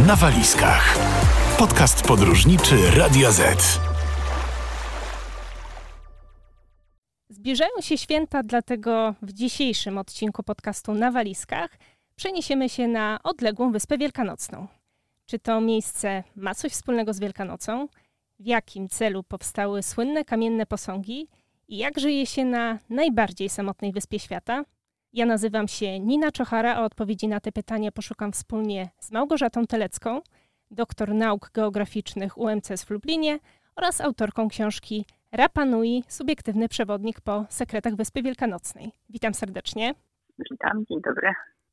na walizkach. Podcast podróżniczy Radia Z. Zbliżają się święta, dlatego w dzisiejszym odcinku podcastu Na walizkach przeniesiemy się na odległą Wyspę Wielkanocną. Czy to miejsce ma coś wspólnego z Wielkanocą? W jakim celu powstały słynne kamienne posągi? I jak żyje się na najbardziej samotnej wyspie świata? Ja nazywam się Nina Czochara, a odpowiedzi na te pytania poszukam wspólnie z Małgorzatą Telecką, doktor nauk geograficznych UMCS w Lublinie oraz autorką książki Rapa Nui, subiektywny przewodnik po sekretach Wyspy Wielkanocnej. Witam serdecznie. Witam, dzień dobry.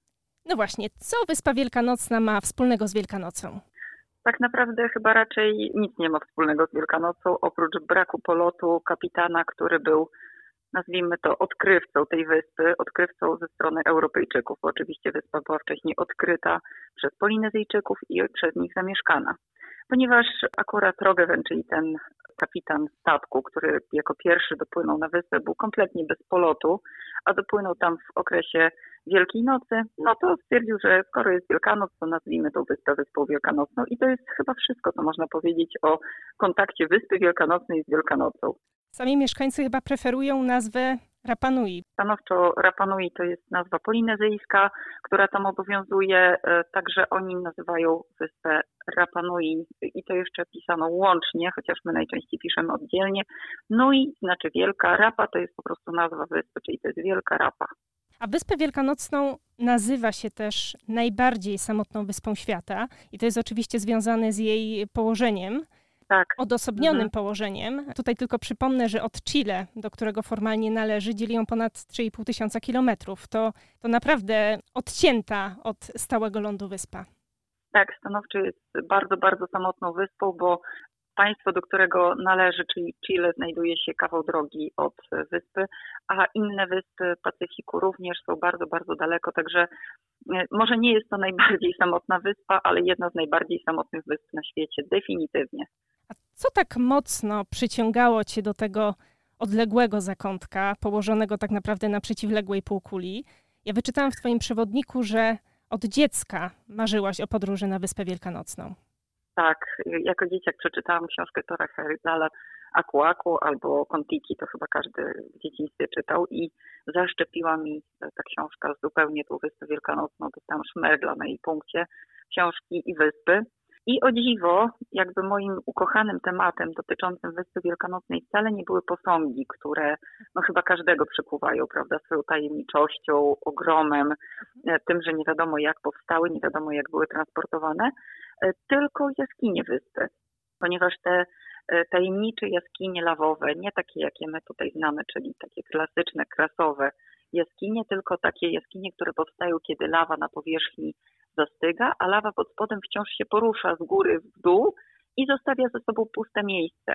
No właśnie, co Wyspa Wielkanocna ma wspólnego z Wielkanocą? Tak naprawdę chyba raczej nic nie ma wspólnego z Wielkanocą, oprócz braku polotu kapitana, który był, nazwijmy to, odkrywcą tej wyspy, odkrywcą ze strony Europejczyków. Bo oczywiście wyspa była wcześniej odkryta przez Polinezyjczyków i przez nich zamieszkana. Ponieważ akurat Roggeveen, czyli ten kapitan statku, który jako pierwszy dopłynął na wyspę, był kompletnie bez polotu, a dopłynął tam w okresie Wielkiej Nocy, no to stwierdził, że skoro jest Wielkanoc, to nazwijmy tą wyspę Wyspą Wielkanocną. I to jest chyba wszystko, co można powiedzieć o kontakcie Wyspy Wielkanocnej z Wielkanocą. Sami mieszkańcy chyba preferują nazwę Rapa Nui. Stanowczo Rapa Nui to jest nazwa polinezyjska, która tam obowiązuje, także oni nazywają wyspę Rapa Nui i to jeszcze pisano łącznie, chociaż my najczęściej piszemy oddzielnie. Nui znaczy wielka, Rapa to jest po prostu nazwa wyspy, czyli to jest Wielka Rapa. A Wyspę Wielkanocną nazywa się też najbardziej samotną wyspą świata i to jest oczywiście związane z jej położeniem. Tak. Odosobnionym położeniem. Tutaj tylko przypomnę, że od Chile, do którego formalnie należy, dzieli ją ponad 3,5 tysiąca kilometrów. To naprawdę odcięta od stałego lądu wyspa. Tak, stanowczo jest bardzo, bardzo samotną wyspą, bo państwo, do którego należy, czyli Chile, znajduje się kawał drogi od wyspy, a inne wyspy Pacyfiku również są bardzo, bardzo daleko, także może nie jest to najbardziej samotna wyspa, ale jedna z najbardziej samotnych wysp na świecie, definitywnie. A co tak mocno przyciągało Cię do tego odległego zakątka, położonego tak naprawdę na przeciwległej półkuli? Ja wyczytałam w Twoim przewodniku, że od dziecka marzyłaś o podróży na Wyspę Wielkanocną. Tak, jako dzieciak przeczytałam książkę Tora Heyerdala Aku Aku albo Kon-Tiki, to chyba każdy w dzieciństwie czytał i zaszczepiła mi ta książka zupełnie tą Wyspę Wielkanocną. Dostałam szmergla na jej punkcie książki i wyspy. I o dziwo, jakby moim ukochanym tematem dotyczącym Wyspy Wielkanocnej wcale nie były posągi, które no chyba każdego przykuwają, prawda, swoją tajemniczością, ogromem, tym, że nie wiadomo jak powstały, nie wiadomo jak były transportowane, tylko jaskinie wyspy. Ponieważ te tajemnicze jaskinie lawowe, nie takie jakie my tutaj znamy, czyli takie klasyczne, krasowe jaskinie, tylko takie jaskinie, które powstają, kiedy lawa na powierzchni zastyga, a lawa pod spodem wciąż się porusza z góry w dół i zostawia ze sobą puste miejsce.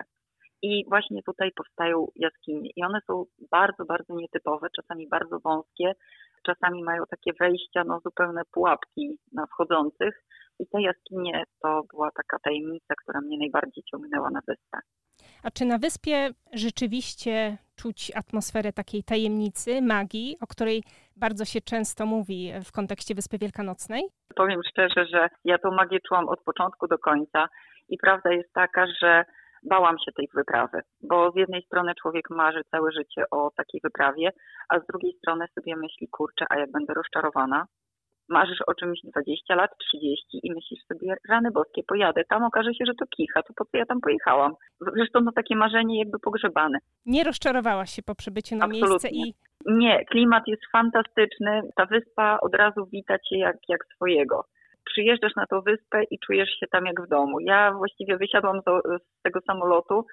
I właśnie tutaj powstają jaskinie. I one są bardzo, bardzo nietypowe, czasami bardzo wąskie, czasami mają takie wejścia, no zupełne pułapki na wchodzących. I te jaskinie to była taka tajemnica, która mnie najbardziej ciągnęła na wyspę. A czy na wyspie rzeczywiście czuć atmosferę takiej tajemnicy, magii, o której bardzo się często mówi w kontekście Wyspy Wielkanocnej? Powiem szczerze, że ja tą magię czułam od początku do końca i prawda jest taka, że bałam się tej wyprawy, bo z jednej strony człowiek marzy całe życie o takiej wyprawie, a z drugiej strony sobie myśli, kurczę, a jak będę rozczarowana? Marzysz o czymś 20 lat, 30 i myślisz sobie, rany boskie, pojadę tam, okaże się, że to kicha, to po co ja tam pojechałam? Zresztą no takie marzenie jakby pogrzebane. Nie rozczarowałaś się po przybyciu na Absolutnie. miejsce? Nie, klimat jest fantastyczny, ta wyspa od razu wita cię jak swojego. Przyjeżdżasz na tą wyspę i czujesz się tam jak w domu. Ja właściwie wysiadłam z tego samolotu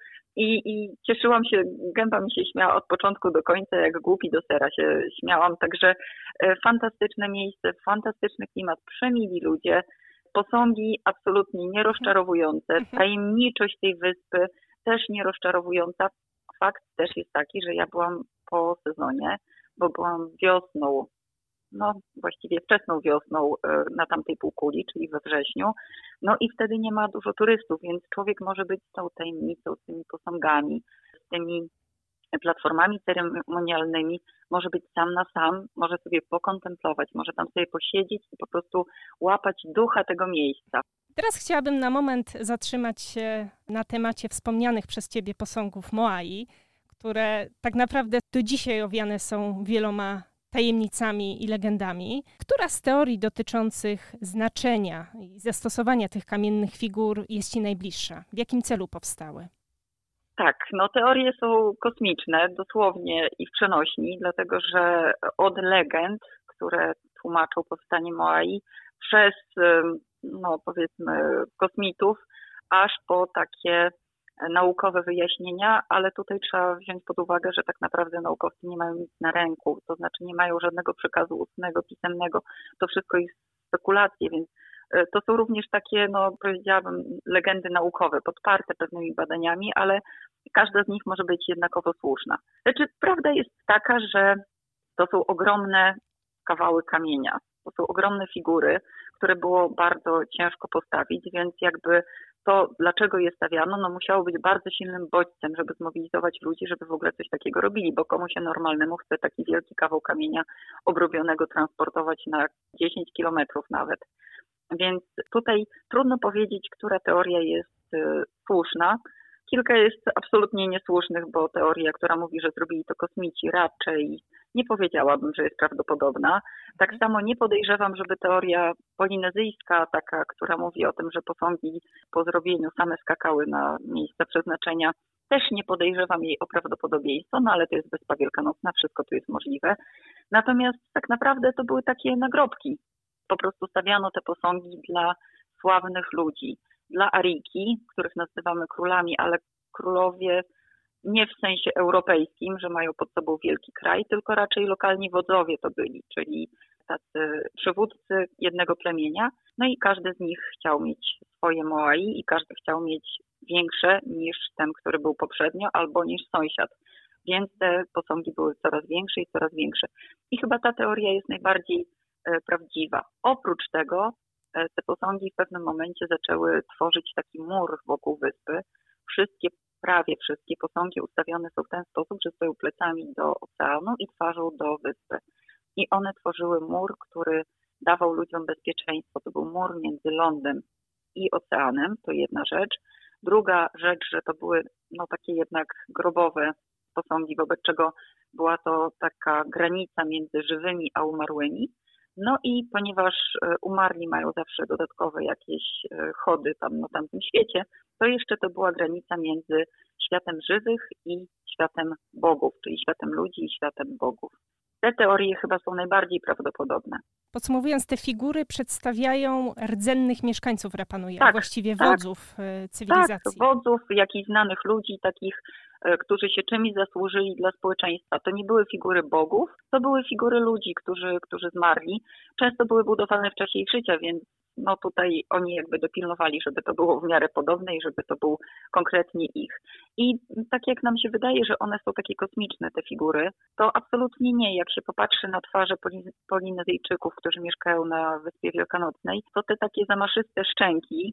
i cieszyłam się, gęba mi się śmiała od początku do końca, jak głupi do sera się śmiałam. Także fantastyczne miejsce, fantastyczny klimat, przemili ludzie, posągi absolutnie nierozczarowujące, tajemniczość tej wyspy też nierozczarowująca. Fakt też jest taki, że ja byłam po sezonie, bo byłam wiosną, no właściwie wczesną wiosną na tamtej półkuli, czyli we wrześniu. No i wtedy nie ma dużo turystów, więc człowiek może być z tą tajemnicą, z tymi posągami, z tymi platformami ceremonialnymi, może być sam na sam, może sobie pokontemplować, może tam sobie posiedzieć i po prostu łapać ducha tego miejsca. Teraz chciałabym na moment zatrzymać się na temacie wspomnianych przez ciebie posągów Moai, które tak naprawdę do dzisiaj owiane są wieloma tajemnicami i legendami. Która z teorii dotyczących znaczenia i zastosowania tych kamiennych figur jest ci najbliższa? W jakim celu powstały? Tak, teorie są kosmiczne, dosłownie i w przenośni, dlatego że od legend, które tłumaczą powstanie Moai, przez, powiedzmy, kosmitów, aż po takie naukowe wyjaśnienia, ale tutaj trzeba wziąć pod uwagę, że tak naprawdę naukowcy nie mają nic na ręku, to znaczy nie mają żadnego przekazu ustnego, pisemnego, to wszystko jest spekulacje, więc to są również takie, powiedziałabym, legendy naukowe, podparte pewnymi badaniami, ale każda z nich może być jednakowo słuszna. Znaczy, prawda jest taka, że to są ogromne kawały kamienia, to są ogromne figury, które było bardzo ciężko postawić, więc jakby to, dlaczego je stawiano, musiało być bardzo silnym bodźcem, żeby zmobilizować ludzi, żeby w ogóle coś takiego robili, bo komu się normalnemu chce taki wielki kawał kamienia obrobionego transportować na 10 kilometrów nawet. Więc tutaj trudno powiedzieć, która teoria jest słuszna. Kilka jest absolutnie niesłusznych, bo teoria, która mówi, że zrobili to kosmici, raczej nie powiedziałabym, że jest prawdopodobna. Tak samo nie podejrzewam, żeby teoria polinezyjska, taka, która mówi o tym, że posągi po zrobieniu same skakały na miejsce przeznaczenia, też nie podejrzewam jej o prawdopodobieństwo, ale to jest wyspa wielkanocna, wszystko tu jest możliwe. Natomiast tak naprawdę to były takie nagrobki. Po prostu stawiano te posągi dla sławnych ludzi, dla Ariki, których nazywamy królami, ale królowie nie w sensie europejskim, że mają pod sobą wielki kraj, tylko raczej lokalni wodzowie to byli, czyli tacy przywódcy jednego plemienia. I każdy z nich chciał mieć swoje Moai i każdy chciał mieć większe niż ten, który był poprzednio, albo niż sąsiad. Więc te posągi były coraz większe i coraz większe. I chyba ta teoria jest najbardziej prawdziwa. Oprócz tego te posągi w pewnym momencie zaczęły tworzyć taki mur wokół wyspy. Prawie wszystkie posągi ustawione są w ten sposób, że stoją plecami do oceanu i twarzą do wyspy. I one tworzyły mur, który dawał ludziom bezpieczeństwo. To był mur między lądem i oceanem, to jedna rzecz. Druga rzecz, że to były takie jednak grobowe posągi, wobec czego była to taka granica między żywymi a umarłymi. I ponieważ umarli mają zawsze dodatkowe jakieś chody tam na tamtym świecie, to jeszcze to była granica między światem żywych i światem bogów, czyli światem ludzi i światem bogów. Te teorie chyba są najbardziej prawdopodobne. Podsumowując, te figury przedstawiają rdzennych mieszkańców Rapa Nui, tak, właściwie wodzów cywilizacji. Tak, wodzów, jakichś znanych ludzi, takich, którzy się czymś zasłużyli dla społeczeństwa. To nie były figury bogów, to były figury ludzi, którzy zmarli. Często były budowane w czasie ich życia, więc tutaj oni jakby dopilnowali, żeby to było w miarę podobne i żeby to był konkretnie ich. I tak jak nam się wydaje, że one są takie kosmiczne, te figury, to absolutnie nie. Jak się popatrzy na twarze Polinezyjczyków, którzy mieszkają na Wyspie Wielkanocnej, to te takie zamaszyste szczęki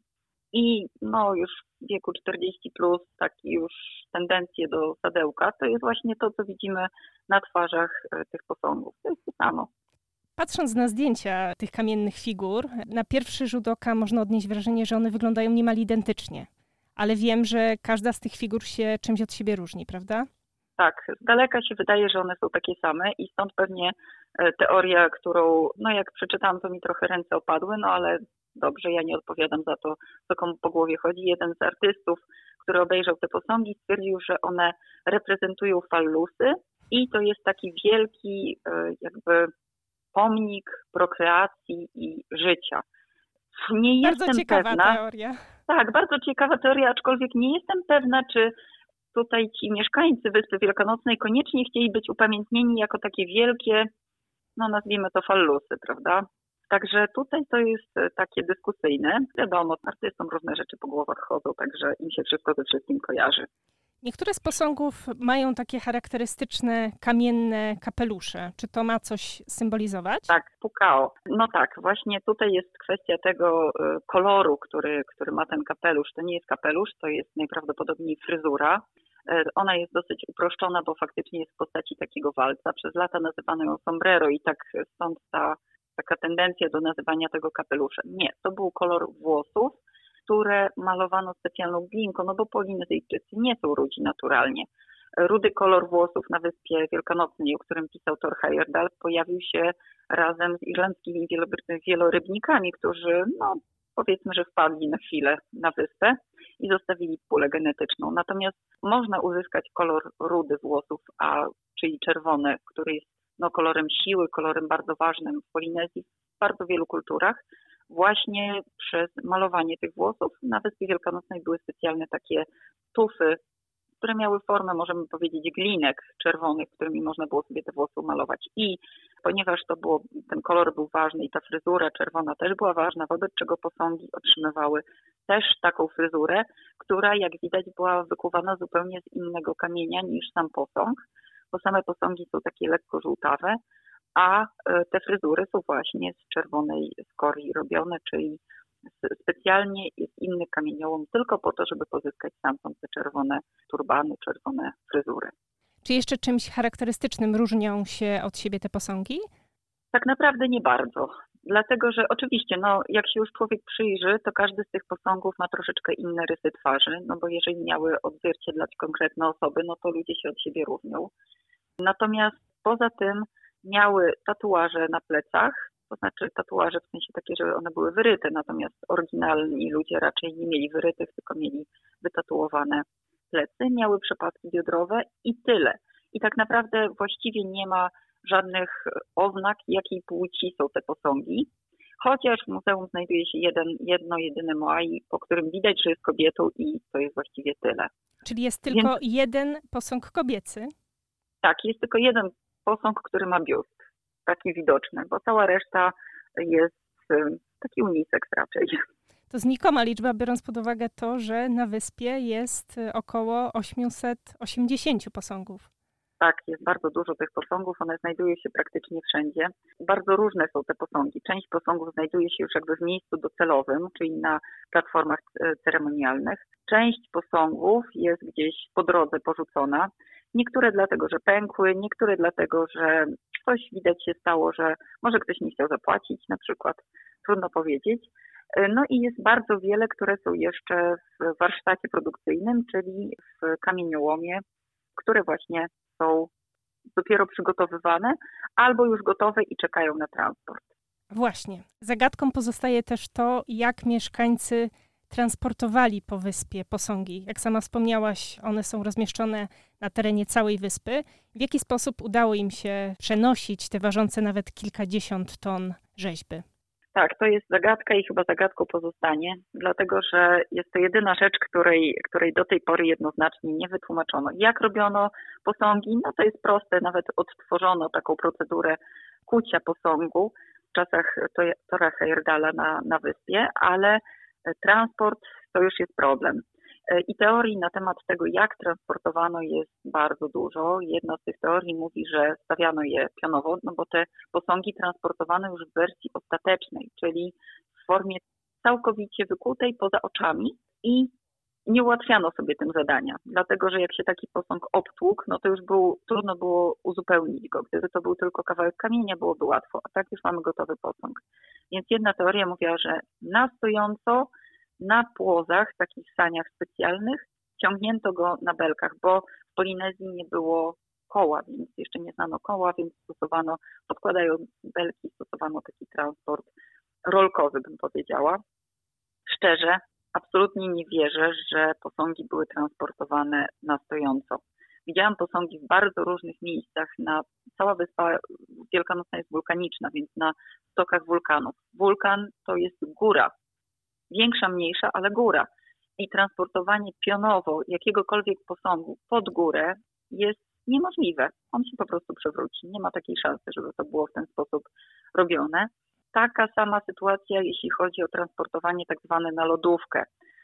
i już w wieku 40+, takie już tendencje do sadełka, to jest właśnie to, co widzimy na twarzach tych posągów. To jest to samo. Patrząc na zdjęcia tych kamiennych figur, na pierwszy rzut oka można odnieść wrażenie, że one wyglądają niemal identycznie. Ale wiem, że każda z tych figur się czymś od siebie różni, prawda? Tak, z daleka się wydaje, że one są takie same i stąd pewnie teoria, którą, jak przeczytałam, to mi trochę ręce opadły, ale dobrze, ja nie odpowiadam za to, co komu po głowie chodzi. Jeden z artystów, który obejrzał te posągi, stwierdził, że one reprezentują fallusy i to jest taki wielki jakby pomnik prokreacji i życia. Nie bardzo jestem ciekawa pewna, teoria. Tak, bardzo ciekawa teoria, aczkolwiek nie jestem pewna, czy tutaj ci mieszkańcy Wyspy Wielkanocnej koniecznie chcieli być upamiętnieni jako takie wielkie, nazwijmy to fallusy, prawda? Także tutaj to jest takie dyskusyjne. Wiadomo, artystom różne rzeczy po głowach chodzą, także im się wszystko ze wszystkim kojarzy. Niektóre z posągów mają takie charakterystyczne kamienne kapelusze. Czy to ma coś symbolizować? Tak, pukao. Tak, właśnie tutaj jest kwestia tego koloru, który ma ten kapelusz. To nie jest kapelusz, to jest najprawdopodobniej fryzura. Ona jest dosyć uproszczona, bo faktycznie jest w postaci takiego walca. Przez lata nazywano ją sombrero i tak stąd taka tendencja do nazywania tego kapeluszem. Nie, to był kolor włosów które malowano specjalną glinką, no bo Polinezyjczycy nie są rudzi naturalnie. Rudy kolor włosów na Wyspie Wielkanocnej, o którym pisał Thor Heyerdahl, pojawił się razem z irlandzkimi wielorybnikami, którzy, no powiedzmy, że wpadli na chwilę na wyspę i zostawili pulę genetyczną. Natomiast można uzyskać kolor rudy włosów, czyli czerwone, który jest kolorem siły, kolorem bardzo ważnym w Polinezji, w bardzo wielu kulturach, właśnie przez malowanie tych włosów. Na Wyspie Wielkanocnej były specjalne takie tufy, które miały formę, możemy powiedzieć, glinek czerwonych, którymi można było sobie te włosy malować. I ponieważ ten kolor był ważny i ta fryzura czerwona też była ważna, wobec czego posągi otrzymywały też taką fryzurę, która, jak widać, była wykuwana zupełnie z innego kamienia niż sam posąg, bo same posągi są takie lekko żółtawe, a te fryzury są właśnie z czerwonej skorii robione, czyli specjalnie jest inny kamieniołom tylko po to, żeby pozyskać stamtąd te czerwone turbany, czerwone fryzury. Czy jeszcze czymś charakterystycznym różnią się od siebie te posągi? Tak naprawdę nie bardzo. Dlatego, że oczywiście, jak się już człowiek przyjrzy, to każdy z tych posągów ma troszeczkę inne rysy twarzy, bo jeżeli miały odzwierciedlać konkretne osoby, to ludzie się od siebie różnią. Natomiast poza tym miały tatuaże na plecach, to znaczy tatuaże w sensie takie, że one były wyryte, natomiast oryginalni ludzie raczej nie mieli wyrytych, tylko mieli wytatuowane plecy, miały przepadki biodrowe i tyle. I tak naprawdę właściwie nie ma żadnych oznak, jakiej płci są te posągi, chociaż w muzeum znajduje się jedno jedyne moai, po którym widać, że jest kobietą i to jest właściwie tyle. Czyli jest tylko jeden posąg kobiecy? Tak, jest tylko jeden posąg, który ma biust, taki widoczny, bo cała reszta jest taki unisex raczej. To znikoma liczba, biorąc pod uwagę to, że na wyspie jest około 880 posągów. Tak, jest bardzo dużo tych posągów, one znajdują się praktycznie wszędzie. Bardzo różne są te posągi. Część posągów znajduje się już jakby w miejscu docelowym, czyli na platformach ceremonialnych. Część posągów jest gdzieś po drodze porzucona. Niektóre dlatego, że pękły, niektóre dlatego, że coś widać się stało, że może ktoś nie chciał zapłacić na przykład. Trudno powiedzieć. I jest bardzo wiele, które są jeszcze w warsztacie produkcyjnym, czyli w kamieniołomie, które właśnie są dopiero przygotowywane albo już gotowe i czekają na transport. Właśnie. Zagadką pozostaje też to, jak mieszkańcy transportowali po wyspie posągi. Jak sama wspomniałaś, one są rozmieszczone na terenie całej wyspy. W jaki sposób udało im się przenosić te ważące nawet kilkadziesiąt ton rzeźby? Tak, to jest zagadka i chyba zagadką pozostanie, dlatego że jest to jedyna rzecz, której do tej pory jednoznacznie nie wytłumaczono. Jak robiono posągi? To jest proste, nawet odtworzono taką procedurę kucia posągu w czasach Thora Heyerdahla na wyspie, ale transport to już jest problem. I teorii na temat tego, jak transportowano, jest bardzo dużo. Jedna z tych teorii mówi, że stawiano je pionowo, bo te posągi transportowano już w wersji ostatecznej, czyli w formie całkowicie wykutej poza oczami i nie ułatwiano sobie tym zadania, dlatego że jak się taki posąg obtłukł, to już trudno było uzupełnić go. Gdyby to był tylko kawałek kamienia, byłoby łatwo, a tak już mamy gotowy posąg. Więc jedna teoria mówiła, że na stojąco, na płozach, takich saniach specjalnych, ciągnięto go na belkach, bo w Polinezji nie było koła, więc jeszcze nie znano koła, więc podkładając belki, stosowano taki transport rolkowy, bym powiedziała. Szczerze, absolutnie nie wierzę, że posągi były transportowane na stojąco. Widziałam posągi w bardzo różnych miejscach. Cała Wyspa Wielkanocna jest wulkaniczna, więc na stokach wulkanów. Wulkan to jest góra. Większa, mniejsza, ale góra. I transportowanie pionowo jakiegokolwiek posągu pod górę jest niemożliwe. On się po prostu przewróci. Nie ma takiej szansy, żeby to było w ten sposób robione. Taka sama sytuacja, jeśli chodzi o transportowanie tak zwane na lodówkę.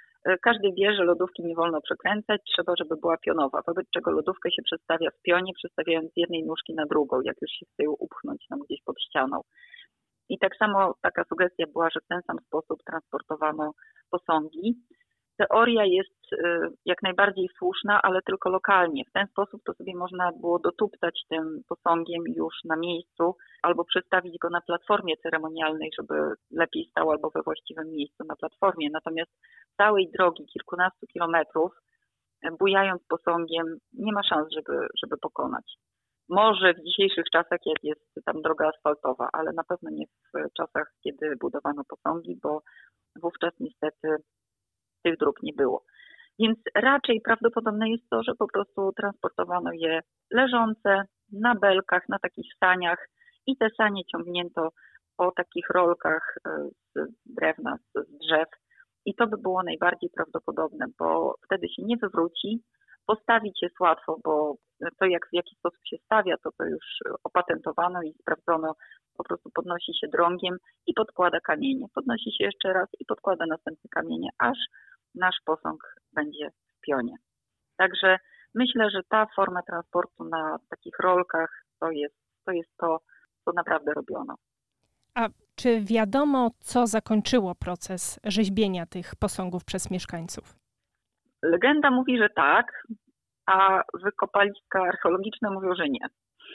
Każdy wie, że lodówki nie wolno przekręcać, trzeba, żeby była pionowa, wobec czego lodówkę się przestawia w pionie, przestawiając z jednej nóżki na drugą, jak już się chce ją upchnąć gdzieś pod ścianą. I tak samo taka sugestia była, że w ten sam sposób transportowano posągi. teoria jest jak najbardziej słuszna, ale tylko lokalnie. W ten sposób to sobie można było dotuptać tym posągiem już na miejscu albo przestawić go na platformie ceremonialnej, żeby lepiej stał albo we właściwym miejscu na platformie. Natomiast całej drogi kilkunastu kilometrów, bujając posągiem, nie ma szans, żeby pokonać. Może w dzisiejszych czasach, jak jest tam droga asfaltowa, ale na pewno nie w czasach, kiedy budowano posągi, bo wówczas niestety tych dróg nie było. Więc raczej prawdopodobne jest to, że po prostu transportowano je leżące na belkach, na takich saniach i te sanie ciągnięto po takich rolkach z drewna, z drzew. I to by było najbardziej prawdopodobne, bo wtedy się nie wywróci. Postawić jest łatwo, bo to w jaki sposób się stawia, to już opatentowano i sprawdzono. Po prostu podnosi się drągiem i podkłada kamienie. Podnosi się jeszcze raz i podkłada następne kamienie, aż nasz posąg będzie w pionie. Także myślę, że ta forma transportu na takich rolkach to jest to, co naprawdę robiono. A czy wiadomo, co zakończyło proces rzeźbienia tych posągów przez mieszkańców? Legenda mówi, że tak, a wykopaliska archeologiczne mówią, że nie.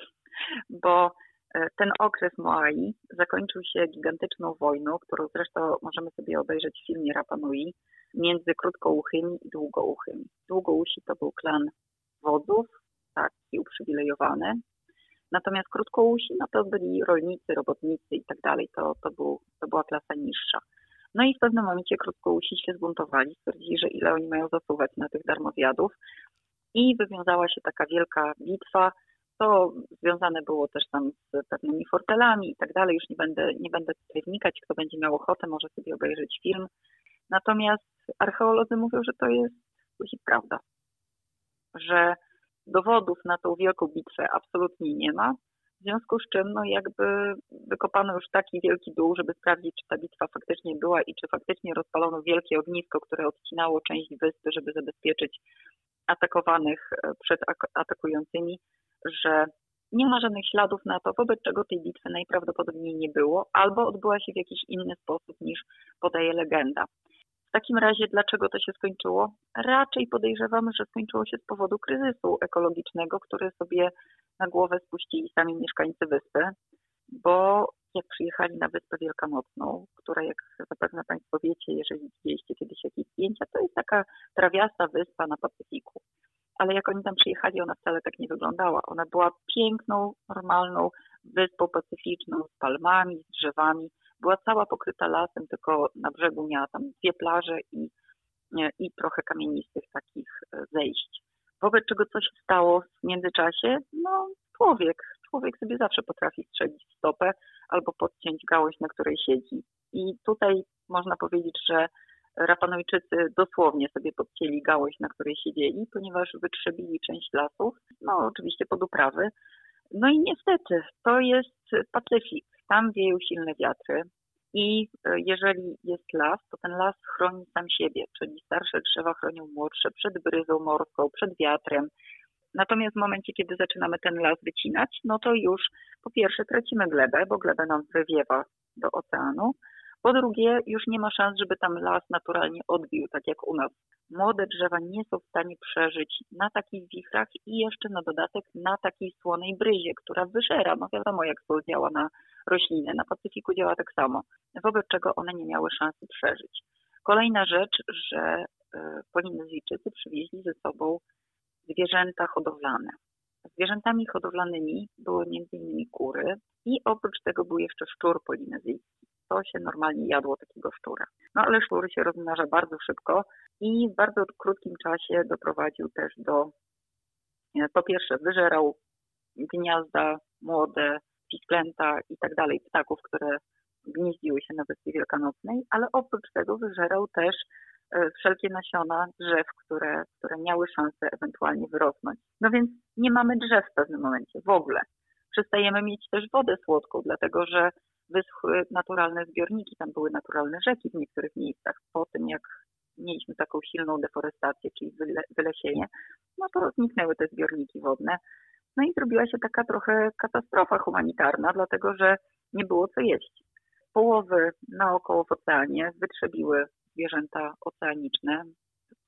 Bo ten okres Moai zakończył się gigantyczną wojną, którą zresztą możemy sobie obejrzeć w filmie Rapa Nui, między krótkouchymi i długouchymi. Długousi to był klan wodzów, taki uprzywilejowany. Natomiast krótkousi to byli rolnicy, robotnicy i tak dalej. To była klasa niższa. No i w pewnym momencie krótkousi się zbuntowali, stwierdzili, że ile oni mają zasuwać na tych darmozjadów. I wywiązała się taka wielka bitwa. To związane było też tam z pewnymi fortelami i tak dalej. Już nie będę tutaj wnikać. Kto będzie miał ochotę, może sobie obejrzeć film. Natomiast archeolodzy mówią, że to jest prawda. Że dowodów na tą wielką bitwę absolutnie nie ma. W związku z czym wykopano już taki wielki dół, żeby sprawdzić, czy ta bitwa faktycznie była i czy faktycznie rozpalono wielkie ognisko, które odcinało część wyspy, żeby zabezpieczyć atakowanych przed atakującymi, że nie ma żadnych śladów na to, wobec czego tej bitwy najprawdopodobniej nie było, albo odbyła się w jakiś inny sposób niż podaje legenda. W takim razie dlaczego to się skończyło? Raczej podejrzewamy, że skończyło się z powodu kryzysu ekologicznego, który sobie na głowę spuścili sami mieszkańcy wyspy, bo jak przyjechali na Wyspę Wielkanocną, która, jak zapewne Państwo wiecie, jeżeli widzieliście kiedyś jakieś zdjęcia, to jest taka trawiasta wyspa na Pacyfiku. Ale jak oni tam przyjechali, ona wcale tak nie wyglądała. Ona była piękną, normalną wyspą pacyficzną z palmami, z drzewami. Była cała pokryta lasem, tylko na brzegu miała tam 2 plaże i trochę kamienistych takich zejść. Wobec czego coś się stało w międzyczasie? Człowiek sobie zawsze potrafi strzelić w stopę albo podciąć gałąź, na której siedzi. I tutaj można powiedzieć, że Rapanujczycy dosłownie sobie podcięli gałąź, na której siedzieli, ponieważ wytrzebili część lasów, oczywiście pod uprawy. No i niestety, to jest Pacyfik. Tam wieją silne wiatry i jeżeli jest las, to ten las chroni sam siebie, czyli starsze drzewa chronią młodsze przed bryzą morską, przed wiatrem. Natomiast w momencie, kiedy zaczynamy ten las wycinać, to już po pierwsze tracimy glebę, bo gleba nam wywiewa do oceanu. Po drugie, już nie ma szans, żeby tam las naturalnie odbił, tak jak u nas. Młode drzewa nie są w stanie przeżyć na takich wichrach i jeszcze na dodatek na takiej słonej bryzie, która wyżera. Wiadomo, jak to działa na rośliny. Na Pacyfiku działa tak samo. Wobec czego one nie miały szansy przeżyć. Kolejna rzecz, że Polinezyjczycy przywieźli ze sobą zwierzęta hodowlane. Zwierzętami hodowlanymi były m.in. kury i oprócz tego był jeszcze szczur polinezyjski. To się normalnie jadło takiego szczura. Ale szczur się rozmnaża bardzo szybko i w bardzo krótkim czasie doprowadził też do, po pierwsze, wyżerał gniazda młode, pisklęta i tak dalej, ptaków, które gnieździły się na Wyspie Wielkanocnej, ale oprócz tego wyżerał też wszelkie nasiona drzew, które miały szansę ewentualnie wyrosnąć. Więc nie mamy drzew w pewnym momencie w ogóle. Przestajemy mieć też wodę słodką, dlatego że wyschły naturalne zbiorniki, tam były naturalne rzeki w niektórych miejscach. Po tym jak mieliśmy taką silną deforestację, czyli wylesienie, to zniknęły te zbiorniki wodne. I zrobiła się taka trochę katastrofa humanitarna, dlatego że nie było co jeść. Połowy naokoło w oceanie wytrzebiły zwierzęta oceaniczne,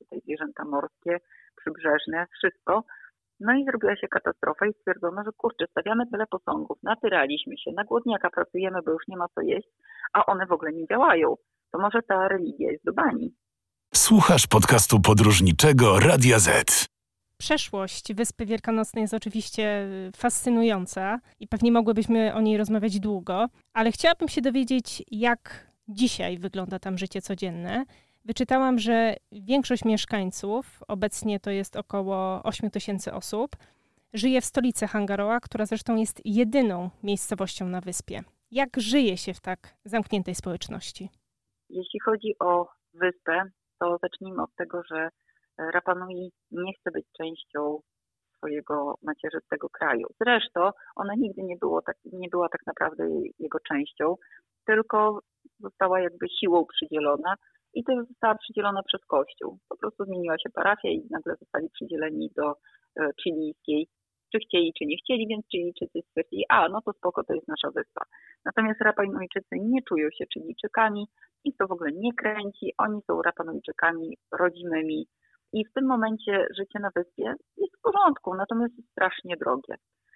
tutaj zwierzęta morskie, przybrzeżne, wszystko. No i zrobiła się katastrofa i stwierdzono, że kurczę, stawiamy tyle posągów, natyraliśmy się, na głodniaka pracujemy, bo już nie ma co jeść, a one w ogóle nie działają. To może ta religia jest do bani. Słuchasz podcastu podróżniczego Radia Z. Przeszłość Wyspy Wielkanocnej jest oczywiście fascynująca i pewnie mogłybyśmy o niej rozmawiać długo, ale chciałabym się dowiedzieć, jak dzisiaj wygląda tam życie codzienne. Wyczytałam, że większość mieszkańców, obecnie to jest około 8 000 osób, żyje w stolicy Hangaroa, która zresztą jest jedyną miejscowością na wyspie. Jak żyje się w tak zamkniętej społeczności? Jeśli chodzi o wyspę, to zacznijmy od tego, że Rapa Nui nie chce być częścią swojego macierzystego kraju. Zresztą ona nigdy nie była tak naprawdę jego częścią, tylko została jakby siłą przydzielona i to została przydzielona przez Kościół. Po prostu zmieniła się parafia i nagle zostali przydzieleni do chilijskiej. Czy chcieli, czy nie chcieli, więc Chilijczycy stwierdzili, no to spoko, to jest nasza wyspa. Natomiast Rapa Nuiczycy nie czują się Chilijczykami, ich to w ogóle nie kręci, oni są Rapa Nuiczykami rodzimymi i w tym momencie życie na wyspie jest w porządku, natomiast jest strasznie drogie.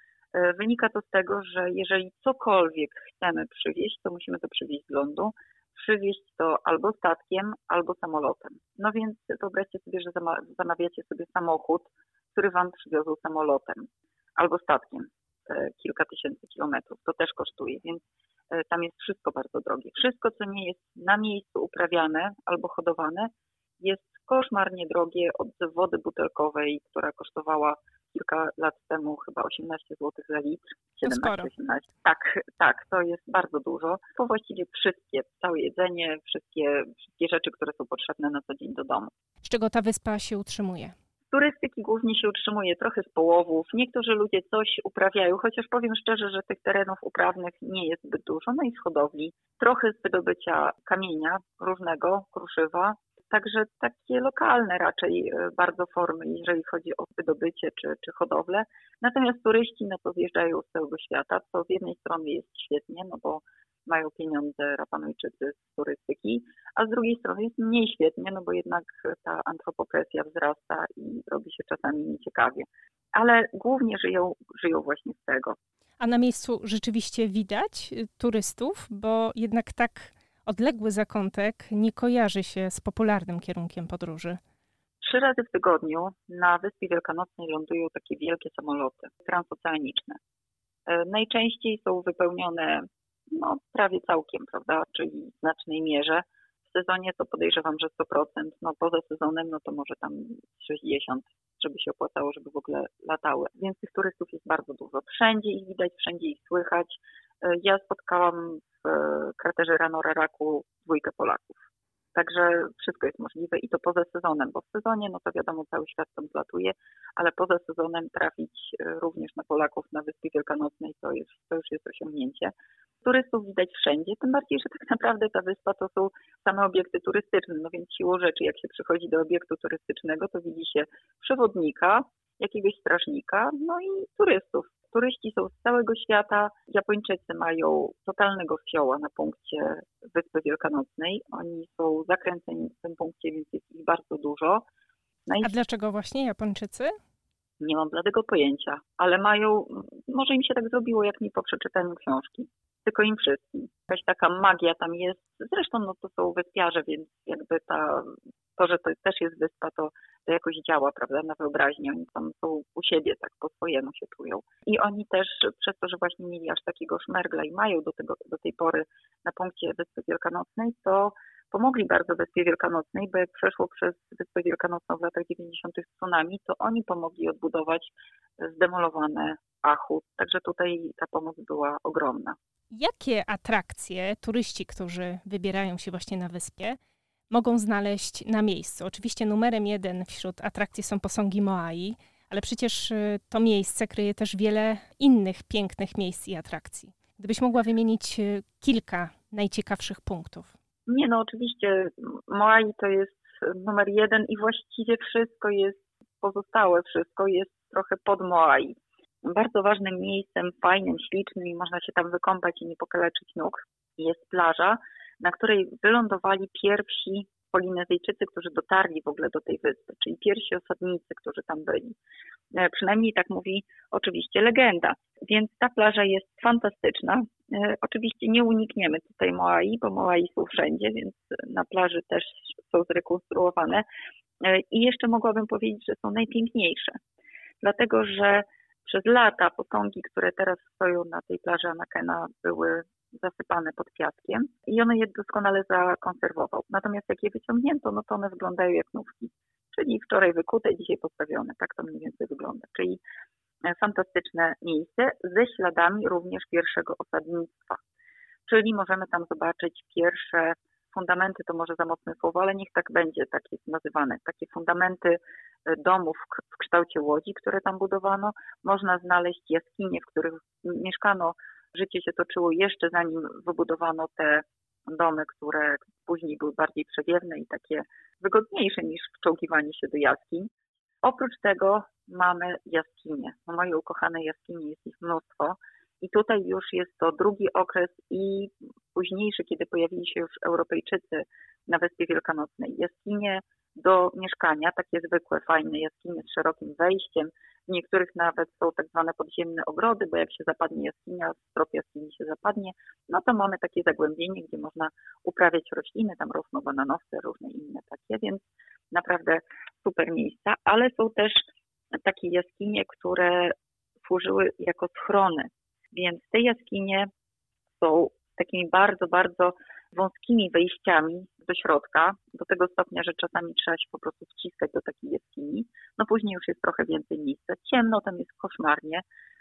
Wynika to z tego, że jeżeli cokolwiek chcemy przywieźć, to musimy to przywieźć z lądu, przywieźć to albo statkiem, albo samolotem. No więc wyobraźcie sobie, że zamawiacie sobie samochód, który wam przywiozą samolotem albo statkiem kilka tysięcy kilometrów. To też kosztuje, więc tam jest wszystko bardzo drogie. Wszystko, co nie jest na miejscu uprawiane albo hodowane, jest koszmarnie drogie, od wody butelkowej, która kosztowała kilka lat temu chyba 18 zł za litr, 17-18. Tak, to jest bardzo dużo. To właściwie całe jedzenie, wszystkie rzeczy, które są potrzebne na co dzień do domu. Z czego ta wyspa się utrzymuje? Turystyki głównie się utrzymuje, trochę z połowów. Niektórzy ludzie coś uprawiają, chociaż powiem szczerze, że tych terenów uprawnych nie jest zbyt dużo. No i z hodowli, trochę z wydobycia kamienia różnego, kruszywa. Także takie lokalne raczej bardzo formy, jeżeli chodzi o wydobycie czy hodowlę. Natomiast turyści to zjeżdżają z całego świata, co z jednej strony jest świetnie, no bo mają pieniądze Rapa Nuiczycy z turystyki, a z drugiej strony jest mniej świetnie, no bo jednak ta antropopresja wzrasta i robi się czasami nieciekawie. Ale głównie żyją właśnie z tego. A na miejscu rzeczywiście widać turystów, bo jednak tak odległy zakątek nie kojarzy się z popularnym kierunkiem podróży. 3 razy w tygodniu na Wyspie Wielkanocnej lądują takie wielkie samoloty transoceaniczne. Najczęściej są wypełnione prawie całkiem, prawda, czyli w znacznej mierze. W sezonie to podejrzewam, że 100%, poza sezonem to może tam 60%, żeby się opłacało, żeby w ogóle latały. Więc tych turystów jest bardzo dużo. Wszędzie ich widać, wszędzie ich słychać. Ja spotkałam w kraterze Rano Raraku 2 Polaków. Także wszystko jest możliwe i to poza sezonem, bo w sezonie to wiadomo, cały świat tam zlatuje, ale poza sezonem trafić również na Polaków na Wyspie Wielkanocnej to już jest osiągnięcie. Turystów widać wszędzie, tym bardziej, że tak naprawdę ta wyspa to są same obiekty turystyczne, więc siłą rzeczy, jak się przychodzi do obiektu turystycznego, to widzi się przewodnika, jakiegoś strażnika, i turystów. Turyści są z całego świata. Japończycy mają totalnego fioła na punkcie Wyspy Wielkanocnej. Oni są zakręceni w tym punkcie, więc jest ich bardzo dużo. A dlaczego właśnie Japończycy? Nie mam bladego pojęcia, ale może im się tak zrobiło, jak mi po przeczytaniu książki. Tylko im wszystkim. Jakaś taka magia tam jest. Zresztą to są wyspiarze, więc jakby to, że to też jest wyspa, to jakoś działa, prawda, na wyobraźnię. Oni tam są u siebie, tak po swojemu się czują. I oni też przez to, że właśnie mieli aż takiego szmergla i mają do tej pory na punkcie Wyspy Wielkanocnej, to pomogli bardzo Wyspie Wielkanocnej, bo jak przeszło przez Wyspę Wielkanocną w latach 90. tsunami, to oni pomogli odbudować zdemolowane Achu. Także tutaj ta pomoc była ogromna. Jakie atrakcje turyści, którzy wybierają się właśnie na wyspie, mogą znaleźć na miejscu? Oczywiście numerem 1 wśród atrakcji są posągi Moai, ale przecież to miejsce kryje też wiele innych pięknych miejsc i atrakcji. Gdybyś mogła wymienić kilka najciekawszych punktów. Oczywiście Moai to jest numer 1 i właściwie pozostałe wszystko jest trochę pod Moai. Bardzo ważnym miejscem, fajnym, ślicznym i można się tam wykąpać i nie pokaleczyć nóg jest plaża, na której wylądowali pierwsi Polinezyjczycy, którzy dotarli w ogóle do tej wyspy, czyli pierwsi osadnicy, którzy tam byli. Przynajmniej tak mówi oczywiście legenda. Więc ta plaża jest fantastyczna. Oczywiście nie unikniemy tutaj Moai, bo Moai są wszędzie, więc na plaży też są zrekonstruowane. I jeszcze mogłabym powiedzieć, że są najpiękniejsze. Dlatego, że przez lata posągi, które teraz stoją na tej plaży Anakena, były zasypane pod piaskiem i on je doskonale zakonserwował. Natomiast jak je wyciągnięto, no to one wyglądają jak nówki. Czyli wczoraj wykute, dzisiaj postawione. Tak to mniej więcej wygląda. Czyli fantastyczne miejsce ze śladami również pierwszego osadnictwa. Czyli możemy tam zobaczyć pierwsze fundamenty, to może za mocne słowo, ale niech tak będzie, tak jest nazywane. Takie fundamenty domów w kształcie łodzi, które tam budowano. Można znaleźć jaskinie, w których mieszkano. Życie się toczyło jeszcze zanim wybudowano te domy, które później były bardziej przewiewne i takie wygodniejsze niż wczołgiwanie się do jaskiń. Oprócz tego mamy jaskinie. No, moje ukochane jaskinie, jest ich mnóstwo. I tutaj już jest to drugi okres i późniejszy, kiedy pojawili się już Europejczycy na Wyspie Wielkanocnej. Jaskinie do mieszkania, takie zwykłe, fajne jaskinie z szerokim wejściem. W niektórych nawet są tak zwane podziemne ogrody, bo jak się zapadnie jaskinia, strop jaskini się zapadnie, no to mamy takie zagłębienie, gdzie można uprawiać rośliny, tam rosną bananowce, różne inne takie, więc naprawdę super miejsca, ale są też takie jaskinie, które służyły jako schrony, więc te jaskinie są takimi bardzo, bardzo wąskimi wejściami do środka, do tego stopnia, że czasami trzeba się po prostu wciskać do takiej jaskini. No później już jest trochę więcej miejsca. Ciemno, tam jest koszmarnie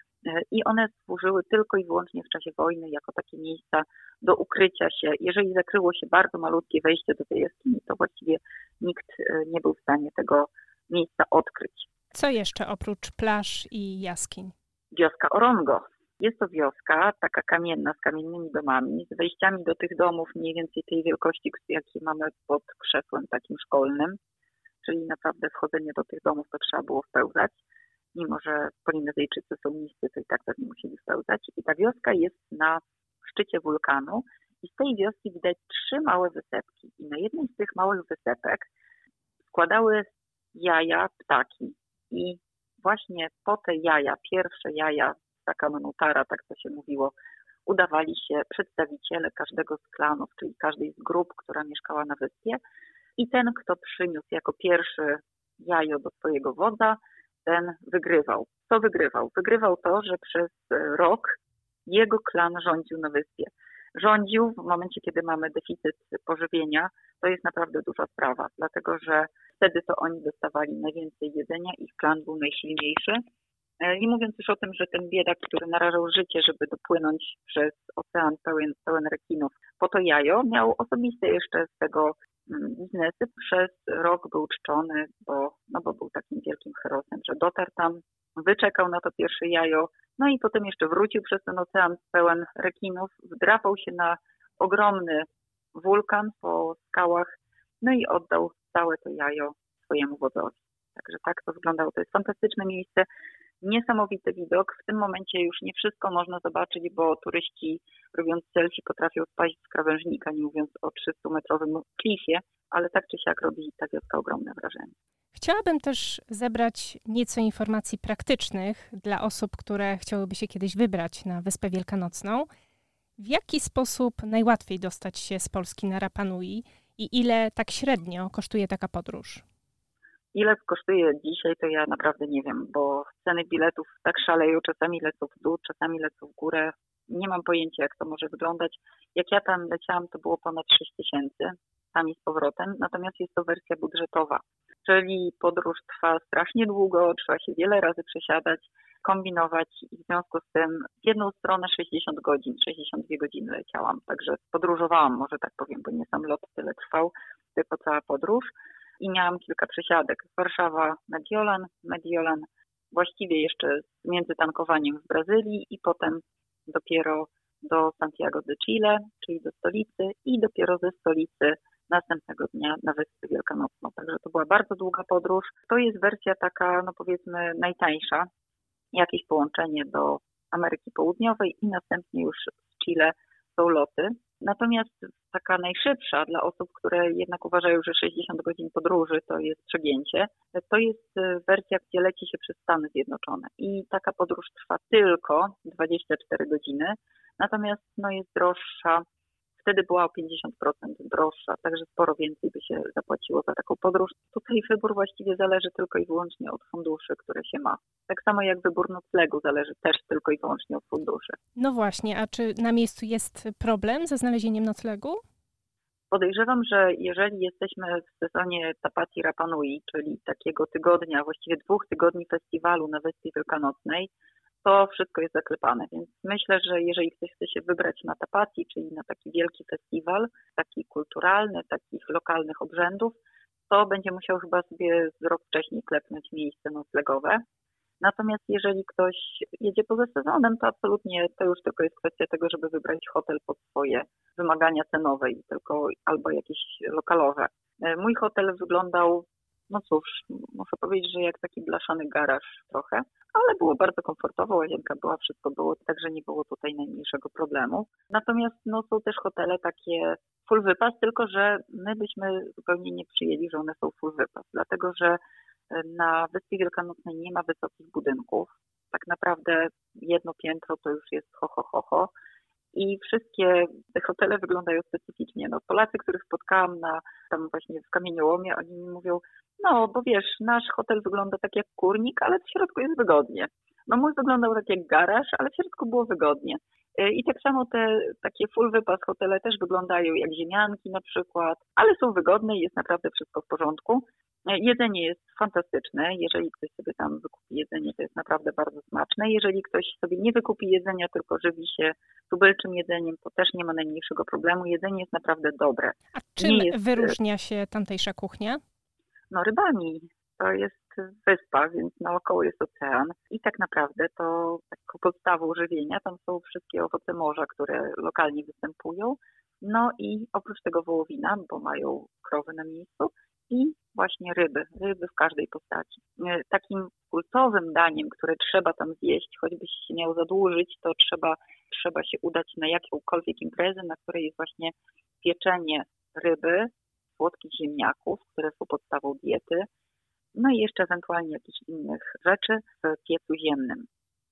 i one służyły tylko i wyłącznie w czasie wojny jako takie miejsca do ukrycia się. Jeżeli zakryło się bardzo malutkie wejście do tej jaskini, to właściwie nikt nie był w stanie tego miejsca odkryć. Co jeszcze oprócz plaż i jaskiń? Wioska Orongo. Jest to wioska taka kamienna, z kamiennymi domami, z wejściami do tych domów mniej więcej tej wielkości, jakie mamy pod krzesłem takim szkolnym, czyli naprawdę wchodzenie do tych domów to trzeba było wpełzać. Mimo że Polinezyjczycy są niscy, to i tak pewnie musieli wpełzać. I ta wioska jest na szczycie wulkanu i z tej wioski widać 3 małe wysepki. I na jednej z tych małych wysepek składały jaja ptaki. I właśnie po te jaja, pierwsze jaja, taka manutara, tak to się mówiło, udawali się przedstawiciele każdego z klanów, czyli każdej z grup, która mieszkała na wyspie. I ten, kto przyniósł jako pierwszy jajo do swojego wodza, ten wygrywał. Co wygrywał? Wygrywał to, że przez rok jego klan rządził na wyspie. Rządził w momencie, kiedy mamy deficyt pożywienia, to jest naprawdę duża sprawa, dlatego że wtedy to oni dostawali najwięcej jedzenia, ich klan był najsilniejszy. Nie mówiąc już o tym, że ten biedak, który narażał życie, żeby dopłynąć przez ocean pełen rekinów po to jajo, miał osobiste jeszcze z tego biznesy. Przez rok był czczony, bo był takim wielkim herosem, że dotarł tam, wyczekał na to pierwsze jajo, no i potem jeszcze wrócił przez ten ocean pełen rekinów, wdrapał się na ogromny wulkan po skałach, no i oddał całe to jajo swojemu wodzowi. Także tak to wyglądało. To jest fantastyczne miejsce. Niesamowity widok. W tym momencie już nie wszystko można zobaczyć, bo turyści robiąc selfie potrafią spaść z krawężnika, nie mówiąc o 300-metrowym klifie, ale tak czy siak robi ta wioska ogromne wrażenie. Chciałabym też zebrać nieco informacji praktycznych dla osób, które chciałyby się kiedyś wybrać na Wyspę Wielkanocną. W jaki sposób najłatwiej dostać się z Polski na Rapa Nui i ile tak średnio kosztuje taka podróż? Ile kosztuje dzisiaj, to ja naprawdę nie wiem, bo ceny biletów tak szaleją, czasami lecą w dół, czasami lecą w górę. Nie mam pojęcia, jak to może wyglądać. Jak ja tam leciałam, to było ponad 6 000 tam i z powrotem, natomiast jest to wersja budżetowa, czyli podróż trwa strasznie długo, trzeba się wiele razy przesiadać, kombinować i w związku z tym w jedną stronę 60 godzin, 62 godziny leciałam, także podróżowałam, może tak powiem, bo nie sam lot tyle trwał, tylko cała podróż. I miałam kilka przesiadek. Warszawa, Mediolan, właściwie jeszcze z międzytankowaniem w Brazylii i potem dopiero do Santiago de Chile, czyli do stolicy i dopiero ze stolicy następnego dnia na Wyspę Wielkanocną. Także to była bardzo długa podróż. To jest wersja taka, no powiedzmy, najtańsza. Jakieś połączenie do Ameryki Południowej i następnie już z Chile są loty. Natomiast taka najszybsza dla osób, które jednak uważają, że 60 godzin podróży to jest przegięcie, to jest wersja, gdzie leci się przez Stany Zjednoczone. I taka podróż trwa tylko 24 godziny, natomiast jest droższa. Wtedy była o 50% droższa, także sporo więcej by się zapłaciło za taką podróż. Tutaj wybór właściwie zależy tylko i wyłącznie od funduszy, które się ma. Tak samo jak wybór noclegu zależy też tylko i wyłącznie od funduszy. No właśnie, a czy na miejscu jest problem ze znalezieniem noclegu? Podejrzewam, że jeżeli jesteśmy w sezonie Tapati Rapa Nui, czyli takiego tygodnia, właściwie 2 tygodni festiwalu na Wyspie Wielkanocnej, to wszystko jest zaklepane, więc myślę, że jeżeli ktoś chce się wybrać na Tapati, czyli na taki wielki festiwal, taki kulturalny, takich lokalnych obrzędów, to będzie musiał chyba sobie z rok wcześniej klepnąć miejsce noclegowe. Natomiast jeżeli ktoś jedzie poza sezonem, to absolutnie to już tylko jest kwestia tego, żeby wybrać hotel pod swoje wymagania cenowe tylko albo jakieś lokalowe. Mój hotel wyglądał, muszę powiedzieć, że jak taki blaszany garaż trochę, ale było bardzo komfortowo, łazienka była, wszystko było, także nie było tutaj najmniejszego problemu. Natomiast są też hotele takie full wypas, tylko że my byśmy zupełnie nie przyjęli, że one są full wypas, dlatego że na Wyspie Wielkanocnej nie ma wysokich budynków. Tak naprawdę jedno piętro to już jest ho. I wszystkie te hotele wyglądają specyficznie. Polacy, których spotkałam tam właśnie w Kamieniołomie, oni mi mówią, bo wiesz, nasz hotel wygląda tak jak kurnik, ale w środku jest wygodnie. Mój wyglądał tak jak garaż, ale w środku było wygodnie. I tak samo te takie full wypas hotele też wyglądają jak ziemianki na przykład, ale są wygodne i jest naprawdę wszystko w porządku. Jedzenie jest fantastyczne. Jeżeli ktoś sobie tam wykupi jedzenie, to jest naprawdę bardzo smaczne. Jeżeli ktoś sobie nie wykupi jedzenia, tylko żywi się tubylczym jedzeniem, to też nie ma najmniejszego problemu. Jedzenie jest naprawdę dobre. A czym wyróżnia się tamtejsza kuchnia? Rybami. To jest wyspa, więc naokoło jest ocean. I tak naprawdę to taką podstawą żywienia tam są wszystkie owoce morza, które lokalnie występują. I oprócz tego wołowina, bo mają krowy na miejscu. I właśnie ryby w każdej postaci. Takim kultowym daniem, które trzeba tam zjeść, choćbyś się miał zadłużyć, to trzeba się udać na jakąkolwiek imprezę, na której jest właśnie pieczenie ryby, słodkich ziemniaków, które są podstawą diety, i jeszcze ewentualnie jakichś innych rzeczy w piecu ziemnym.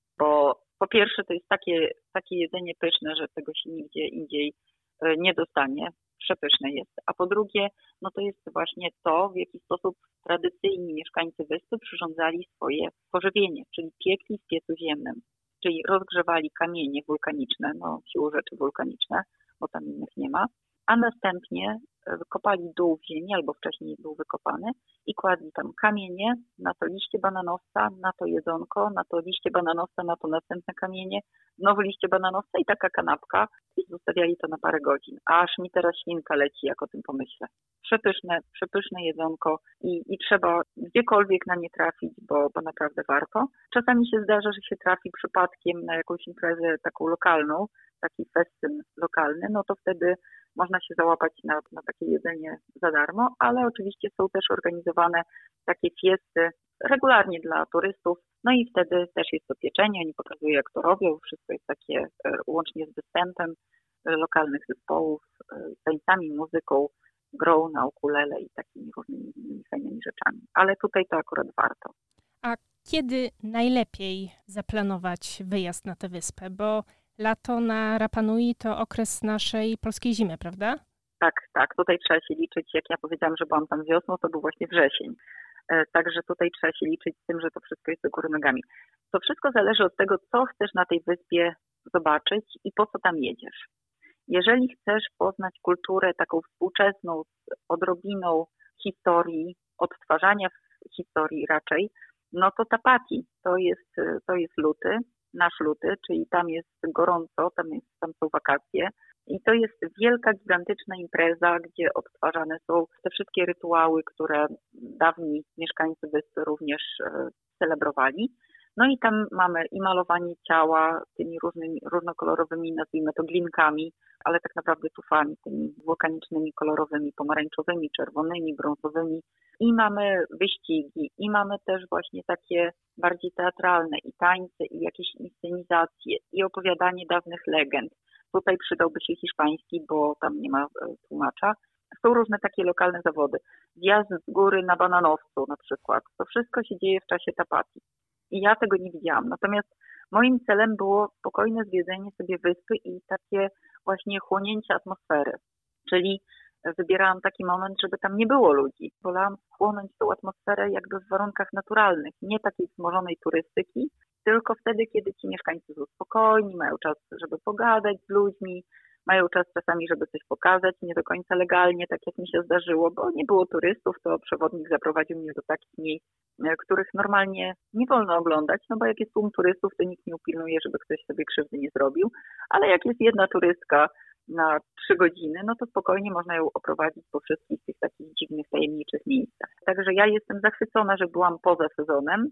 Bo po pierwsze to jest takie jedzenie pyszne, że tego się nigdzie indziej nie dostanie. Przepyszne jest. A po drugie, to jest właśnie to, w jaki sposób tradycyjni mieszkańcy wyspy przyrządzali swoje pożywienie, czyli piekli w piecu ziemnym, czyli rozgrzewali kamienie wulkaniczne, siłą rzeczy wulkaniczne, bo tam innych nie ma, a następnie kopali dół w ziemi, albo wcześniej był wykopany i kładli tam kamienie, na to liście bananowca, na to jedzonko, na to liście bananowca, na to następne kamienie, znowu liście bananowca i taka kanapka i zostawiali to na parę godzin. Aż mi teraz ślinka leci, jak o tym pomyślę. Przepyszne jedzonko i trzeba gdziekolwiek na nie trafić, bo naprawdę warto. Czasami się zdarza, że się trafi przypadkiem na jakąś imprezę taką lokalną, taki festyn lokalny, to wtedy można się załapać na takie jedzenie za darmo, ale oczywiście są też organizowane takie fiesty regularnie dla turystów, i wtedy też jest to pieczenie, oni pokazują jak to robią, wszystko jest takie łącznie z występem lokalnych zespołów, tańcami, muzyką, grą na ukulele i takimi różnymi innymi fajnymi rzeczami. Ale tutaj to akurat warto. A kiedy najlepiej zaplanować wyjazd na tę wyspę? Bo lato na Rapa Nui to okres naszej polskiej zimy, prawda? Tak. Tutaj trzeba się liczyć, jak ja powiedziałam, że byłam tam wiosną, to był właśnie wrzesień. Także tutaj trzeba się liczyć z tym, że to wszystko jest do góry nogami. To wszystko zależy od tego, co chcesz na tej wyspie zobaczyć i po co tam jedziesz. Jeżeli chcesz poznać kulturę taką współczesną, z odrobiną historii, odtwarzania historii raczej, to Tapati to jest luty, nasz luty, czyli tam jest gorąco, tam są wakacje. I to jest wielka, gigantyczna impreza, gdzie odtwarzane są te wszystkie rytuały, które dawni mieszkańcy wyspy również celebrowali. I tam mamy i malowanie ciała tymi różnokolorowymi, nazwijmy to glinkami, ale tak naprawdę tufami, tymi wulkanicznymi, kolorowymi, pomarańczowymi, czerwonymi, brązowymi. I mamy wyścigi, i mamy też właśnie takie bardziej teatralne i tańce, i jakieś inscenizacje, i opowiadanie dawnych legend. tutaj przydałby się hiszpański, bo tam nie ma tłumacza. Są różne takie lokalne zawody. Zjazd z góry na bananowcu na przykład. To wszystko się dzieje w czasie tapatii. I ja tego nie widziałam. Natomiast moim celem było spokojne zwiedzenie sobie wyspy i takie właśnie chłonięcie atmosfery. Czyli wybierałam taki moment, żeby tam nie było ludzi. Wolałam chłonąć tą atmosferę jakby w warunkach naturalnych, nie takiej wzmożonej turystyki, tylko wtedy, kiedy ci mieszkańcy są spokojni, mają czas, żeby pogadać z ludźmi, mają czas czasami, żeby coś pokazać, nie do końca legalnie, tak jak mi się zdarzyło, bo nie było turystów, to przewodnik zaprowadził mnie do takich miejsc, których normalnie nie wolno oglądać, no bo jak jest tłum turystów, to nikt nie upilnuje, żeby ktoś sobie krzywdy nie zrobił, ale jak jest jedna turystka na 3 godziny, no to spokojnie można ją oprowadzić po wszystkich tych takich dziwnych, tajemniczych miejscach. Także ja jestem zachwycona, że byłam poza sezonem.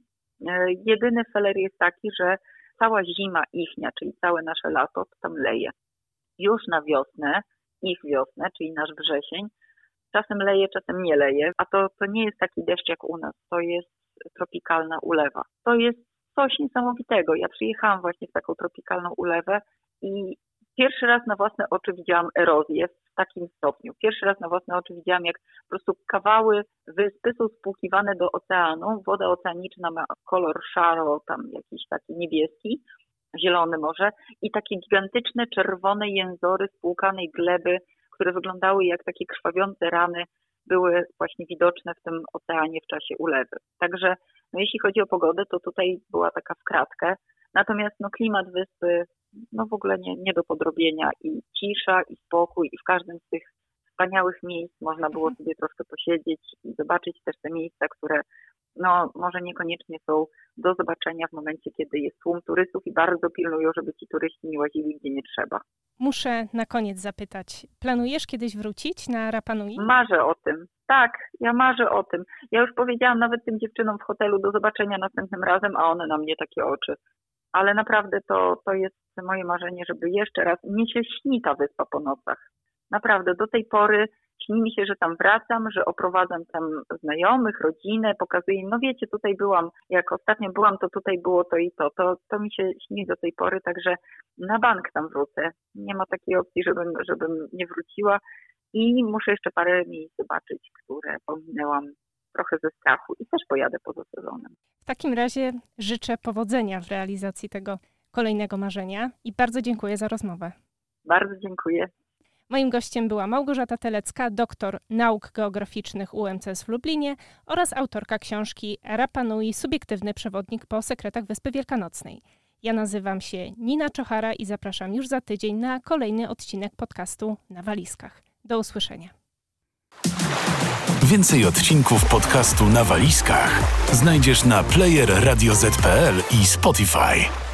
Jedyny feler jest taki, że cała zima ichnia, czyli całe nasze lato, to tam leje. Już na wiosnę, ich wiosnę, czyli nasz wrzesień, czasem leje, czasem nie leje, a to nie jest taki deszcz jak u nas, to jest tropikalna ulewa. To jest coś niesamowitego. Ja przyjechałam właśnie w taką tropikalną ulewę i pierwszy raz na własne oczy widziałam erozję w takim stopniu. Pierwszy raz na własne oczy widziałam, jak po prostu kawały wyspy są spłukiwane do oceanu. Woda oceaniczna ma kolor szaro, tam jakiś taki niebieski, zielony może i takie gigantyczne czerwone jęzory spłukanej gleby, które wyglądały jak takie krwawiące rany, były właśnie widoczne w tym oceanie w czasie ulewy. Także no, jeśli chodzi o pogodę, to tutaj była taka w kratkę. Natomiast no, klimat wyspy no w ogóle nie do podrobienia i cisza i spokój i w każdym z tych wspaniałych miejsc można było sobie troszkę posiedzieć i zobaczyć też te miejsca, które no może niekoniecznie są do zobaczenia w momencie, kiedy jest tłum turystów i bardzo pilnują, żeby ci turyści nie łazili gdzie nie trzeba. Muszę na koniec zapytać, planujesz kiedyś wrócić na Rapa Nui? Marzę o tym. Tak, ja marzę o tym. Ja już powiedziałam nawet tym dziewczynom w hotelu do zobaczenia następnym razem, a one na mnie takie oczy. Ale naprawdę to jest moje marzenie, żeby jeszcze raz, mnie się śni ta wyspa po nocach. Naprawdę, do tej pory śni mi się, że tam wracam, że oprowadzam tam znajomych, rodzinę, pokazuję im, no wiecie, tutaj byłam, jak ostatnio byłam, to tutaj było to i to mi się śni do tej pory, także na bank tam wrócę. Nie ma takiej opcji, żebym nie wróciła i muszę jeszcze parę miejsc zobaczyć, które pominęłam trochę ze strachu i też pojadę poza sezonem. W takim razie życzę powodzenia w realizacji tego kolejnego marzenia i bardzo dziękuję za rozmowę. Bardzo dziękuję. Moim gościem była Małgorzata Telecka, doktor nauk geograficznych UMCS w Lublinie oraz autorka książki Rapa Nui, subiektywny przewodnik po sekretach Wyspy Wielkanocnej. Ja nazywam się Nina Czochara i zapraszam już za tydzień na kolejny odcinek podcastu Na Walizkach. Do usłyszenia. Więcej odcinków podcastu Na Walizkach znajdziesz na player radioz.pl i Spotify.